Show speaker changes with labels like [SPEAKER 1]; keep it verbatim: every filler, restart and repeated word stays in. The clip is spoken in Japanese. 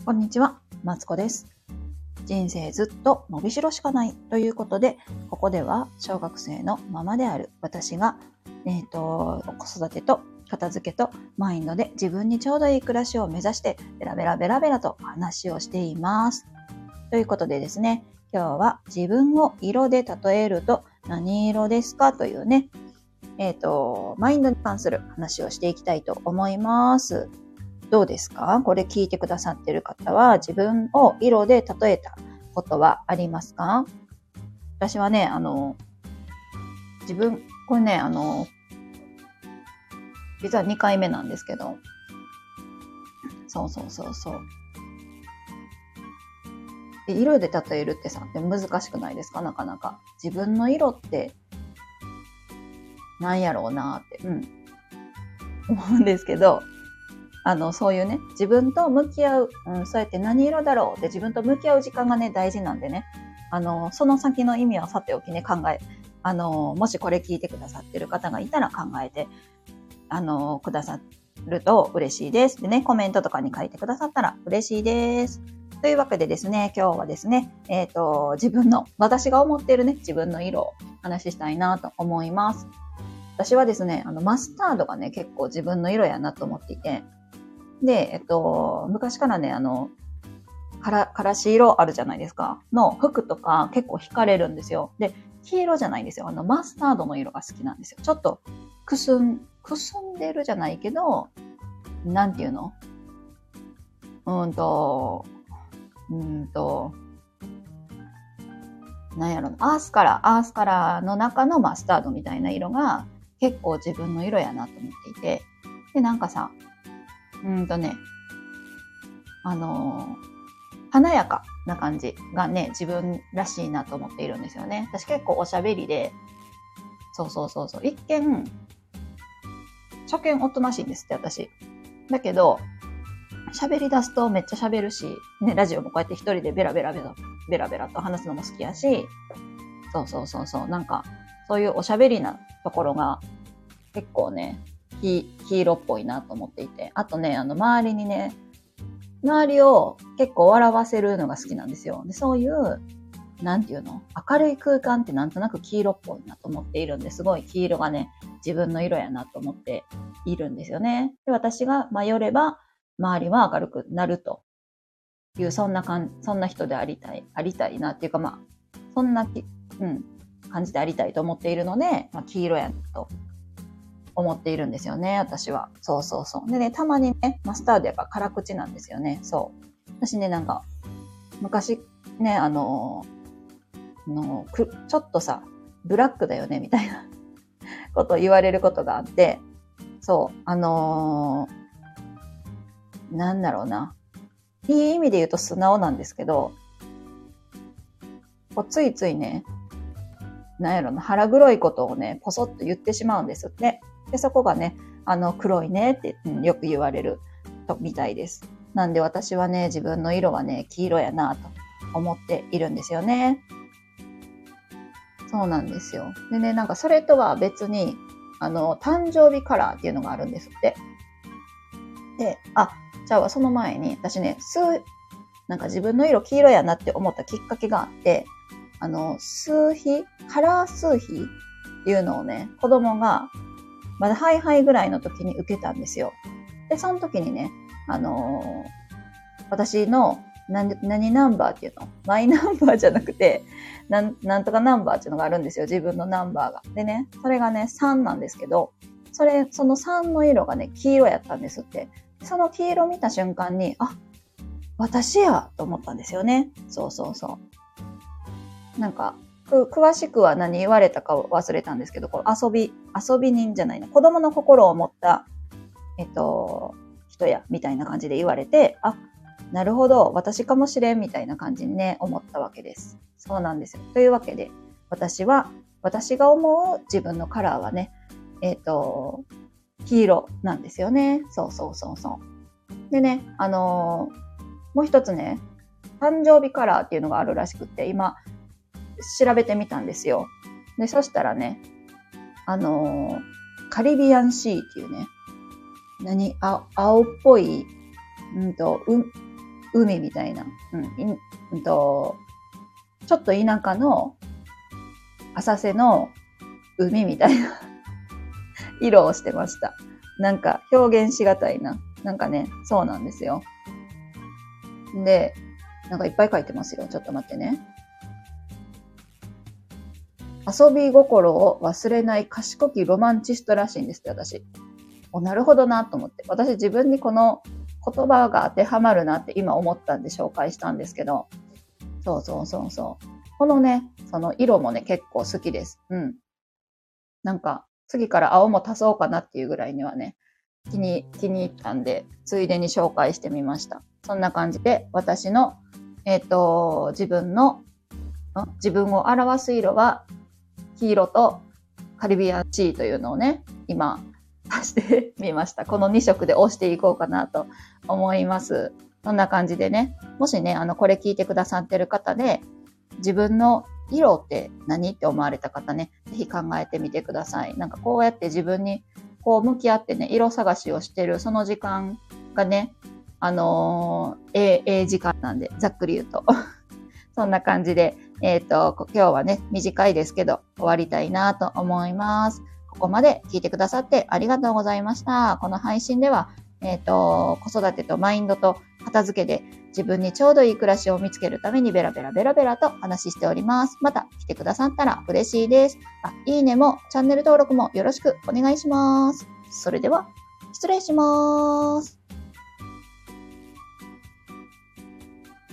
[SPEAKER 1] こんにちは、マツコです。人生ずっと伸びしろしかないということで、ここでは小学生のママである私が、えっと、子育てと片付けとマインドで自分にちょうどいい暮らしを目指して、ベラベラベラベラと話をしています。ということでですね、今日は自分を色で例えると何色ですかというね、えっと、マインドに関する話をしていきたいと思います。どうですか？これ聞いてくださっている方は自分を色で例えたことはありますか？私はね、あの、自分、これね、あの、実はにかいめなんですけど、そうそうそうそう。で色で例えるってさ、難しくないですか？なかなか。自分の色って何やろうなって、うん、思うんですけど、あの、そういうね、自分と向き合う、うん、そうやって何色だろうって自分と向き合う時間がね、大事なんでね、あの、その先の意味はさておきね、考え、あの、もしこれ聞いてくださってる方がいたら考えて、あの、くださると嬉しいです。でね、コメントとかに書いてくださったら嬉しいです。というわけでですね、今日はですね、えっと、自分の、私が思っているね、自分の色を話したいなと思います。私はですね、あの、マスタードがね、結構自分の色やなと思っていて、で、えっと、昔からね、あの、から、からし色あるじゃないですか。の服とか結構惹かれるんですよ。で、黄色じゃないんですよ。あの、マスタードの色が好きなんですよ。ちょっと、くすん、くすんでるじゃないけど、なんていうのうーんと、うーんと、なんやろな、アースカラー、アースカラーの中のマスタードみたいな色が結構自分の色やなと思っていて。で、なんかさ、うーんとね、あのー華やかな感じがね、自分らしいなと思っているんですよね。私結構おしゃべりで、そうそうそうそう、一見、初見おとなしいんですって、私。だけど、喋り出すとめっちゃ喋るし、ね、ラジオもこうやって一人でベラベラベラ、ベラベラと話すのも好きやし、そうそうそうそう、なんか、そういうおしゃべりなところが結構ね、ヒーローっぽいなと思っていて。あとね、あの、周りにね、周りを結構笑わせるのが好きなんですよ。で、そういう、なんていうの？明るい空間ってなんとなく黄色っぽいなと思っているんで、すごい黄色がね、自分の色やなと思っているんですよね。で、私が迷れば、周りは明るくなるという、そんな感じ、そんな人でありたい、ありたいなっていうか、まあ、そんな、うん、感じでありたいと思っているので、まあ、黄色やなと思っているんですよね、私は。そうそうそう。でね、たまにね、マスタードやっぱ辛口なんですよね。そう。私ね、なんか、昔ね、あの、のくちょっとさ、ブラックだよね、みたいなことを言われることがあって、そう、あのー、なんだろうな。いい意味で言うと素直なんですけど、こうついついね、なんやろな、腹黒いことをね、ポソッと言ってしまうんですって。で、そこがね、あの、黒いねって、うん、よく言われるとみたいです。なんで私はね、自分の色はね、黄色やなと思っているんですよね。そうなんですよ。でね、なんかそれとは別に、あの、誕生日カラーっていうのがあるんですって。で、あ、じゃあその前に、私ね、数、なんか自分の色黄色やなって思ったきっかけがあって、あの、数比、カラー数比っていうのをね、子供が、まだハイハイぐらいの時に受けたんですよ。で、その時にね、あのー、私の何、何ナンバーっていうのマイナンバーじゃなくて、なん、なんとかナンバーっていうのがあるんですよ。自分のナンバーが。でね、それがね、さんなんですけど、それ、そのさんの色がね、黄色やったんですって。その黄色見た瞬間に、あ、私やと思ったんですよね。そうそうそう。なんか、く、詳しくは何言われたか忘れたんですけど、こう遊び、遊び人じゃないな。子供の心を持った、えっと、人や、みたいな感じで言われて、あ、なるほど、私かもしれん、みたいな感じにね、思ったわけです。そうなんですよ。というわけで、私は、私が思う自分のカラーはね、えっと、黄色なんですよね。そうそうそうそう。でね、あのー、もう一つね、誕生日カラーっていうのがあるらしくって、今、調べてみたんですよ。で、そしたらね、あのー、カリビアンシーっていうね、何あ青っぽい、うんと、う、 海みたいな、うん、いうんと、ちょっと田舎の浅瀬の海みたいな色をしてました。なんか表現しがたいな。なんかね、そうなんですよ。で、なんかいっぱい書いてますよ。ちょっと待ってね。遊び心を忘れない賢きロマンチストらしいんですって、私。お、なるほどなと思って。私自分にこの言葉が当てはまるなって今思ったんで紹介したんですけど。そうそうそうそう。このね、その色もね、結構好きです。うん。なんか、次から青も足そうかなっていうぐらいにはね、気に、気に入ったんで、ついでに紹介してみました。そんな感じで、私の、えっと、自分の、自分を表す色は、黄色とカリビアンシーというのをね、今、足してみました。このに色で押していこうかなと思います。そんな感じでね、もしね、あの、これ聞いてくださってる方で、自分の色って何って思われた方ね、ぜひ考えてみてください。なんかこうやって自分にこう向き合ってね、色探しをしてるその時間がね、あのー、ええ、ええ時間なんで、ざっくり言うと。そんな感じで、えっと、今日はね、短いですけど、終わりたいなと思います。ここまで聞いてくださってありがとうございました。この配信では、えっと、子育てとマインドと片付けで自分にちょうどいい暮らしを見つけるためにベラベラベラベラと話しております。また来てくださったら嬉しいです。あ、いいねもチャンネル登録もよろしくお願いします。それでは、失礼します。